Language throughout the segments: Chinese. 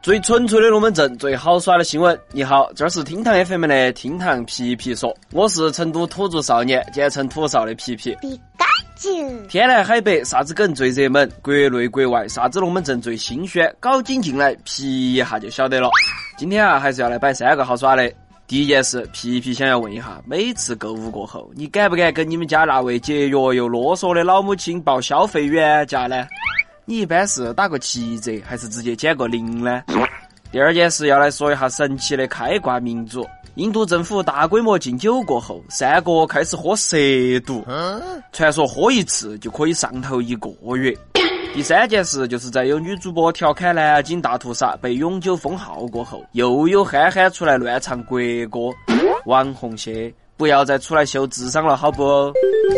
最纯粹的龙门阵，最好耍的新闻。你好，这是厅堂 FM 的厅堂皮皮说，我是成都土著少年，简称土少的皮皮。天南海北，啥子梗最热门？国内国外，啥子龙门阵最新鲜？搞紧进来，皮一下就晓得了。今天还是要来摆3个好耍的。第一件事，皮皮想要问一下，每次购物过后，你敢不敢跟你们家那位节约又啰嗦的老母亲报消费原价呢？你一般是打个7折，还是直接减个0呢？第二件事要来说一下神奇的开挂民主。印度政府大规模禁酒过后，3国开始喝蛇毒，传说喝一次就可以上头1个月。第三件事就是在有女主播调侃南京大屠杀被永久封号过后，又有憨憨出来乱唱国歌。王红些，不要再出来秀智商了，好不？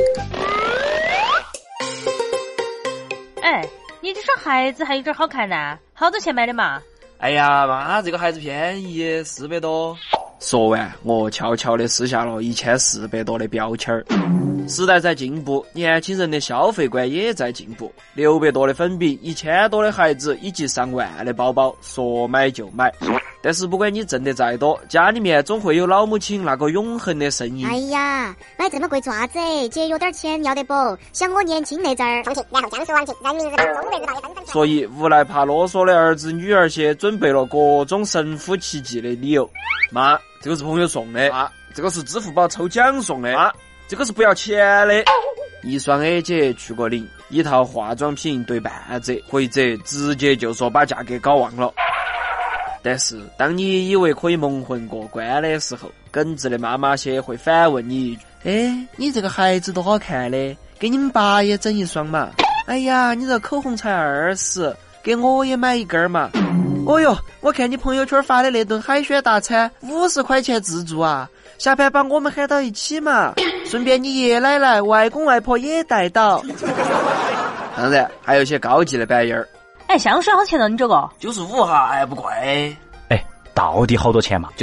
哎，你这双鞋子还有点好看呢，好多钱买的嘛？ 哎呀妈，这个鞋子便宜，400多。说完，我悄悄地撕下了1400多的标签儿。时代在进步，年轻人的消费观也在进步。600多的粉饼，1000多的鞋子，以及上万的包包，说买就买。但是不管你挣得再多，家里面总会有老母亲那个永恒的声音。 哎呀，买这么贵做啥子？节约点钱要得不？想我年轻那阵儿。重庆，然后江苏、王庆、人民日报、中国日报也纷纷。 所以无奈怕啰嗦的儿子女儿些准备了各种神乎其技的理由。妈，这个是朋友送的啊，这个是支付宝抽奖送的啊，这个是不要钱的。一双 A 姐去过0，一套化妆品对半折，或者直接就说把价格搞忘了。但是当你以为可以蒙混过关的时候，耿直的妈妈些会反问你一句：哎，你这个鞋子多好看的，给你们爸也整一双嘛。哎呀，你这口红才20，给我也买一根嘛。哦哟，我看你朋友圈发的那顿海鲜大餐50块钱自助啊，下班把我们喊到一起嘛，顺便你爷奶奶外公外婆也带到。当然还有些高级的板印儿。 哎，香水好钱了，你这个 95哈，哎不贵。 哎，到底好多钱嘛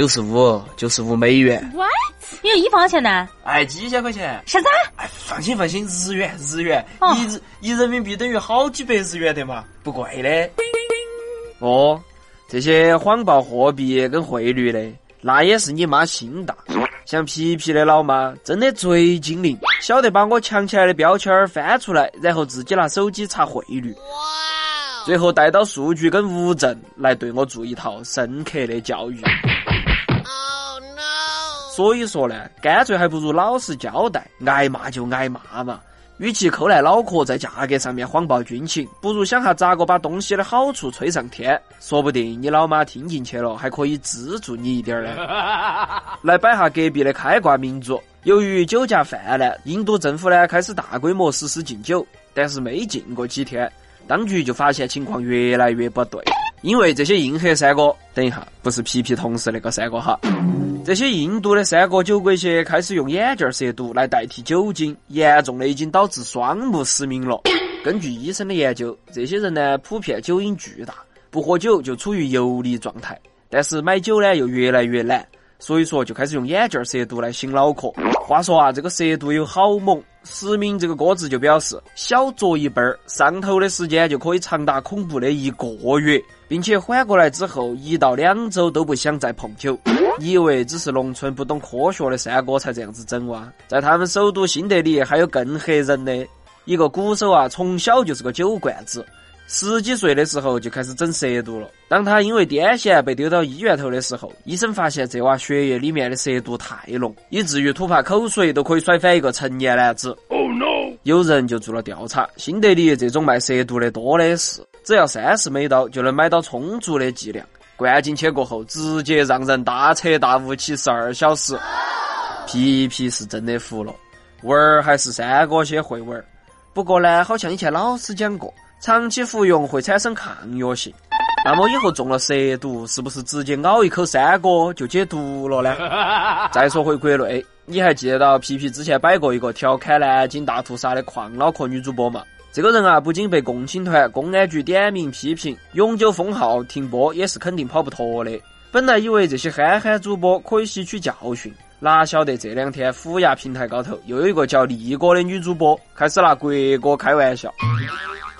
？95美元。 What？ 你这衣服多少钱呢？ 哎，几千块钱。 啥子？ 哎，放心，日元，哦，一人民币等于好几百日元的嘛，不贵的。哦，这些谎报货币跟汇率的，那也是你妈心大。像皮皮的老妈真的最精灵，晓得把我抢起来的标签翻出来，然后自己拿手机查汇率。最后带到数据跟物证来对我做一套深刻的教育。Oh, no. 所以说呢，干脆还不如老实交代，挨骂就挨骂嘛。与其扣来脑壳在价格上面谎报军情，不如想下咋个把东西的好处吹上天，说不定你老妈听进去了，还可以资助你一点呢。来摆下隔壁的开挂民族。由于酒驾泛滥，印度政府呢开始大规模实施禁酒，但是没禁过几天，当局就发现情况越来越不对，因为这些硬核3个，等一下，不是皮皮同事那个3个哈，这些印度的3个酒鬼些开始用眼镜蛇毒来代替酒精，严重的已经导致双目失明了。根据医生的研究，这些人呢普遍酒瘾巨大，不喝酒就处于游离状态，但是买酒呢又越来越难，所以说就开始用眼镜蛇毒来醒脑壳。话说啊，这个蛇毒有好猛，实名这个歌字就表示小酌一杯儿，上头的时间就可以长达恐怖的1个月，并且缓过来之后1到2周都不想再碰酒。你以为只是农村不懂科学的3个才这样子整哇？在他们首都新德里还有更吓人的。一个鼓手啊，从小就是个酒罐子，10几岁的时候就开始整蛇毒了。当他因为癫痫被丢到医院头的时候，医生发现这娃血液里面的蛇毒太浓，以至于吐怕口水都可以甩翻一个成年男子。Oh no！ 有人就做了调查，新德里这种卖蛇毒的多的是，只要30美刀就能买到充足的剂量，灌进去过后直接让人大彻大悟起12小时。皮皮是真的服了，味儿还是3个些会味儿。不过呢，好像以前老师讲过，长期服用会产生抗药性。那么以后中了蛇毒，是不是直接咬一口3个就解毒了呢？再说回国内，你还记得到皮皮之前摆过一个调侃南京大屠杀的矿脑壳女主播吗？这个人啊，不仅被共青团、公安局点名批评，永久封号停播也是肯定跑不脱的。本来以为这些憨憨主播可以吸取教训，哪晓得这2天虎牙平台高头又有一个叫力哥的女主播开始拿国歌开玩笑。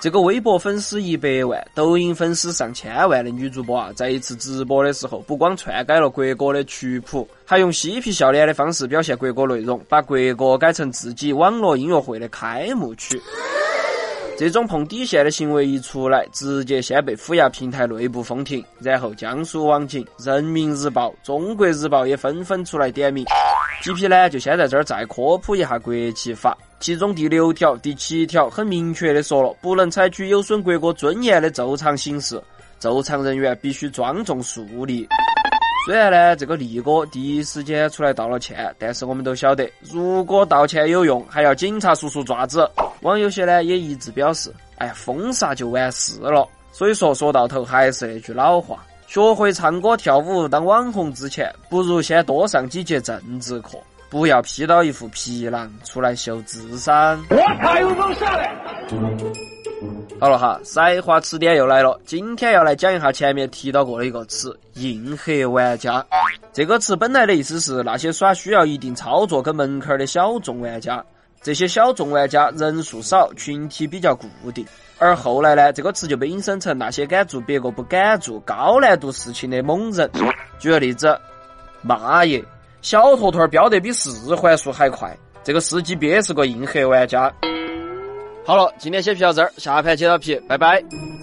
这个微博粉丝100万，抖音粉丝上千万的女主播啊，在一次直播的时候，不光篡改了国歌的曲谱，还用嬉皮笑脸的方式表现国歌内容，把国歌改成自己网络音乐会的开幕曲。这种碰底线的行为一出来，直接先被虎牙平台内部封停，然后江苏网警、人民日报、中国日报也纷纷出来点名。GP 呢，就先在这儿再科普一下国旗法，其中第6条、第7条很明确的说了，不能采取有损国歌尊严的奏唱形式，奏唱人员必须庄重肃立。虽然呢，这个力哥第一时间出来道了歉，但是我们都晓得，如果道歉有用，还要警察叔叔抓子。网友些呢也一致表示，哎呀，封杀就完事了。所以说到头还是那句老话，学会唱歌跳舞当网红之前，不如先多上几节政治课，不要披到一副皮囊出来秀智商。 我卡有风上来。 好了哈，塞话词典又来了，今天要来讲一下前面提到过的一个词——硬核玩家。这个词本来的意思是那些耍需要一定操作跟门槛的小众玩家，这些小众玩家人数少，群体比较固定。而后来呢，这个词就被引申成那些敢做别个不敢做高难度事情的猛人。举个例子，妈耶，小坨坨飙得比4环速还快，这个司机别是个硬核玩家。好了，今天先皮到这儿，下盘接着皮，拜拜。